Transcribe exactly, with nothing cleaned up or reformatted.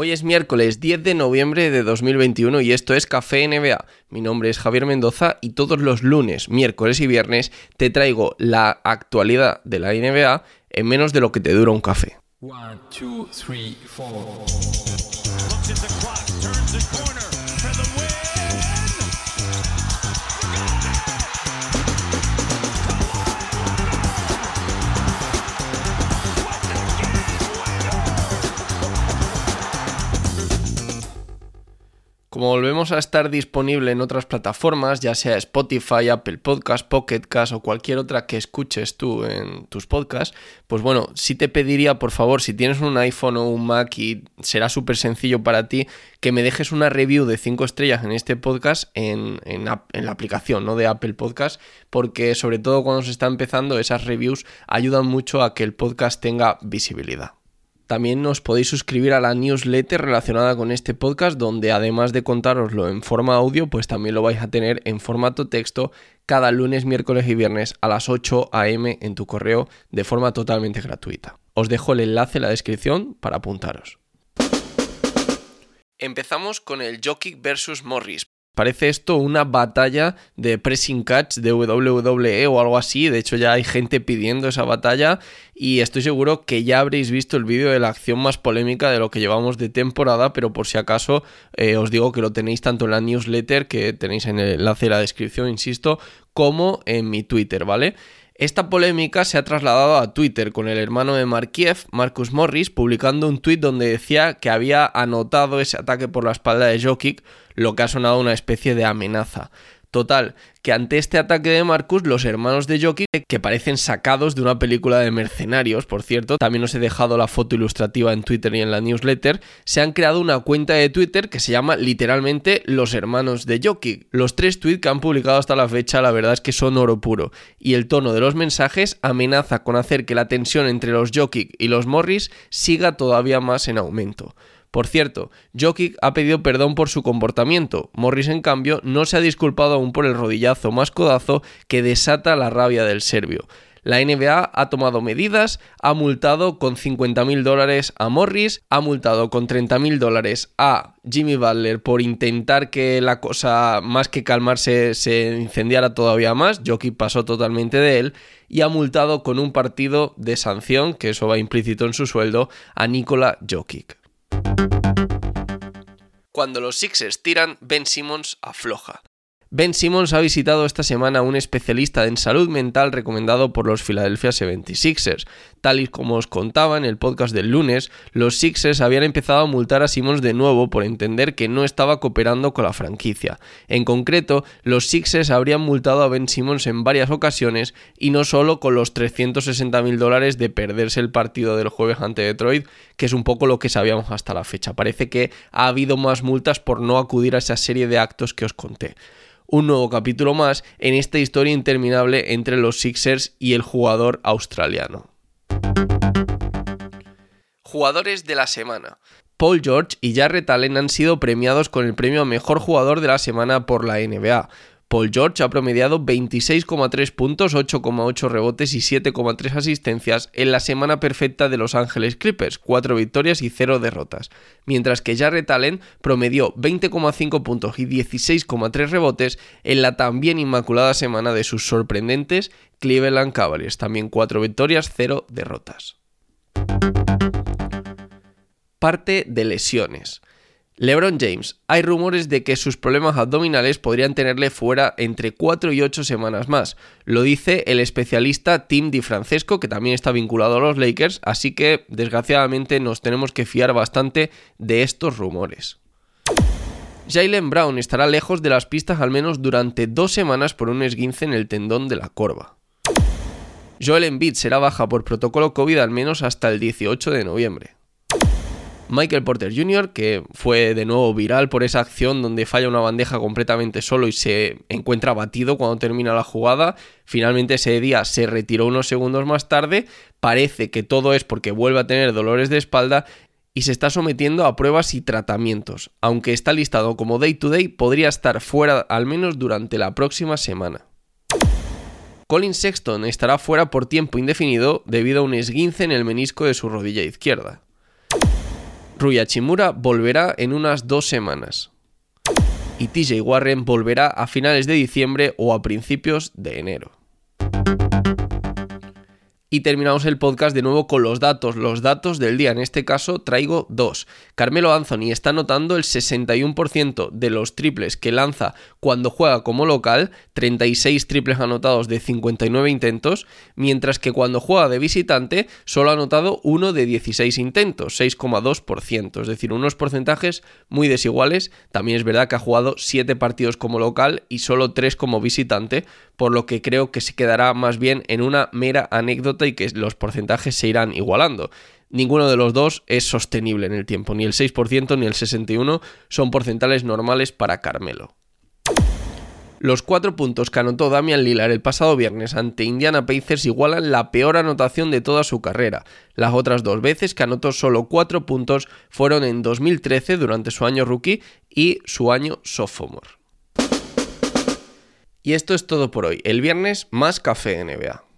Hoy es miércoles diez de noviembre de dos mil veintiuno y esto es Café N B A. Mi nombre es Javier Mendoza y todos los lunes, miércoles y viernes te traigo la actualidad de la N B A en menos de lo que te dura un café. One, two, three, four. Como volvemos a estar disponible en otras plataformas, ya sea Spotify, Apple Podcast, Pocket Cast o cualquier otra que escuches tú en tus podcasts, pues bueno, sí te pediría, por favor, si tienes un iPhone o un Mac y será súper sencillo para ti, que me dejes una review de cinco estrellas en este podcast en, en, en la aplicación, ¿no?, de Apple Podcast, porque sobre todo cuando se está empezando, esas reviews ayudan mucho a que el podcast tenga visibilidad. También os podéis suscribir a la newsletter relacionada con este podcast, donde además de contároslo en forma audio, pues también lo vais a tener en formato texto cada lunes, miércoles y viernes a las ocho a.m. en tu correo de forma totalmente gratuita. Os dejo el enlace en la descripción para apuntaros. Empezamos con el Jokic versus Morris. Parece esto una batalla de pressing catch de W W E o algo así. De hecho, ya hay gente pidiendo esa batalla y estoy seguro que ya habréis visto el vídeo de la acción más polémica de lo que llevamos de temporada, pero por si acaso eh, os digo que lo tenéis tanto en la newsletter, que tenéis en el enlace de la descripción, insisto, como en mi Twitter, ¿vale? Esta polémica se ha trasladado a Twitter con el hermano de Markieff, Marcus Morris, publicando un tuit donde decía que había anotado ese ataque por la espalda de Jokic, lo que ha sonado una especie de amenaza. Total, que ante este ataque de Marcus, los hermanos de Jokic, que parecen sacados de una película de mercenarios, por cierto, también os he dejado la foto ilustrativa en Twitter y en la newsletter, se han creado una cuenta de Twitter que se llama literalmente Los Hermanos de Jokic. Los tres tweets que han publicado hasta la fecha, la verdad es que son oro puro, y el tono de los mensajes amenaza con hacer que la tensión entre los Jokic y los Morris siga todavía más en aumento. Por cierto, Jokic ha pedido perdón por su comportamiento. Morris, en cambio, no se ha disculpado aún por el rodillazo más codazo que desata la rabia del serbio. La N B A ha tomado medidas, ha multado con cincuenta mil dólares a Morris, ha multado con treinta mil dólares a Jimmy Butler por intentar que la cosa, más que calmarse, se incendiara todavía más. Jokic pasó totalmente de él y ha multado con un partido de sanción, que eso va implícito en su sueldo, a Nikola Jokic. Cuando los Sixers tiran, Ben Simmons afloja. Ben Simmons ha visitado esta semana a un especialista en salud mental recomendado por los Philadelphia setenta y seis ers. Tal y como os contaba en el podcast del lunes, los Sixers habían empezado a multar a Simmons de nuevo por entender que no estaba cooperando con la franquicia. En concreto, los Sixers habrían multado a Ben Simmons en varias ocasiones y no solo con los trescientos sesenta mil dólares de perderse el partido del jueves ante Detroit, que es un poco lo que sabíamos hasta la fecha. Parece que ha habido más multas por no acudir a esa serie de actos que os conté. Un nuevo capítulo más en esta historia interminable entre los Sixers y el jugador australiano. Jugadores de la semana. Paul George y Jarrett Allen han sido premiados con el premio a mejor jugador de la semana por la N B A. Paul George ha promediado veintiséis coma tres puntos, ocho coma ocho rebotes y siete coma tres asistencias en la semana perfecta de Los Ángeles Clippers, cuatro victorias y cero derrotas, mientras que Jarrett Allen promedió veinte coma cinco puntos y dieciséis coma tres rebotes en la también inmaculada semana de sus sorprendentes Cleveland Cavaliers, también cuatro victorias, cero derrotas. Parte de lesiones. LeBron James. Hay rumores de que sus problemas abdominales podrían tenerle fuera entre cuatro y ocho semanas más. Lo dice el especialista Tim DiFrancesco, que también está vinculado a los Lakers, así que desgraciadamente nos tenemos que fiar bastante de estos rumores. Jaylen Brown estará lejos de las pistas al menos durante dos semanas por un esguince en el tendón de la corva. Joel Embiid será baja por protocolo COVID al menos hasta el dieciocho de noviembre. Michael Porter junior, que fue de nuevo viral por esa acción donde falla una bandeja completamente solo y se encuentra abatido cuando termina la jugada. Finalmente ese día se retiró unos segundos más tarde. Parece que todo es porque vuelve a tener dolores de espalda y se está sometiendo a pruebas y tratamientos. Aunque está listado como day to day, podría estar fuera al menos durante la próxima semana. Colin Sexton estará fuera por tiempo indefinido debido a un esguince en el menisco de su rodilla izquierda. Rui Hachimura volverá en unas dos semanas. Y T J Warren volverá a finales de diciembre o a principios de enero. Y terminamos el podcast de nuevo con los datos, los datos del día. En este caso traigo dos. Carmelo Anthony está anotando el sesenta y uno por ciento de los triples que lanza cuando juega como local, treinta y seis triples anotados de cincuenta y nueve intentos, mientras que cuando juega de visitante solo ha anotado uno de dieciséis intentos, seis coma dos por ciento. Es decir, unos porcentajes muy desiguales. También es verdad que ha jugado siete partidos como local y solo tres como visitante, por lo que creo que se quedará más bien en una mera anécdota y que los porcentajes se irán igualando. Ninguno de los dos es sostenible en el tiempo, ni el seis por ciento ni el sesenta y uno por ciento son porcentajes normales para Carmelo. Los cuatro puntos que anotó Damian Lillard el pasado viernes ante Indiana Pacers igualan la peor anotación de toda su carrera. Las otras dos veces que anotó solo cuatro puntos fueron en dos mil trece durante su año rookie y su año sophomore. Y esto es todo por hoy. El viernes más café N B A.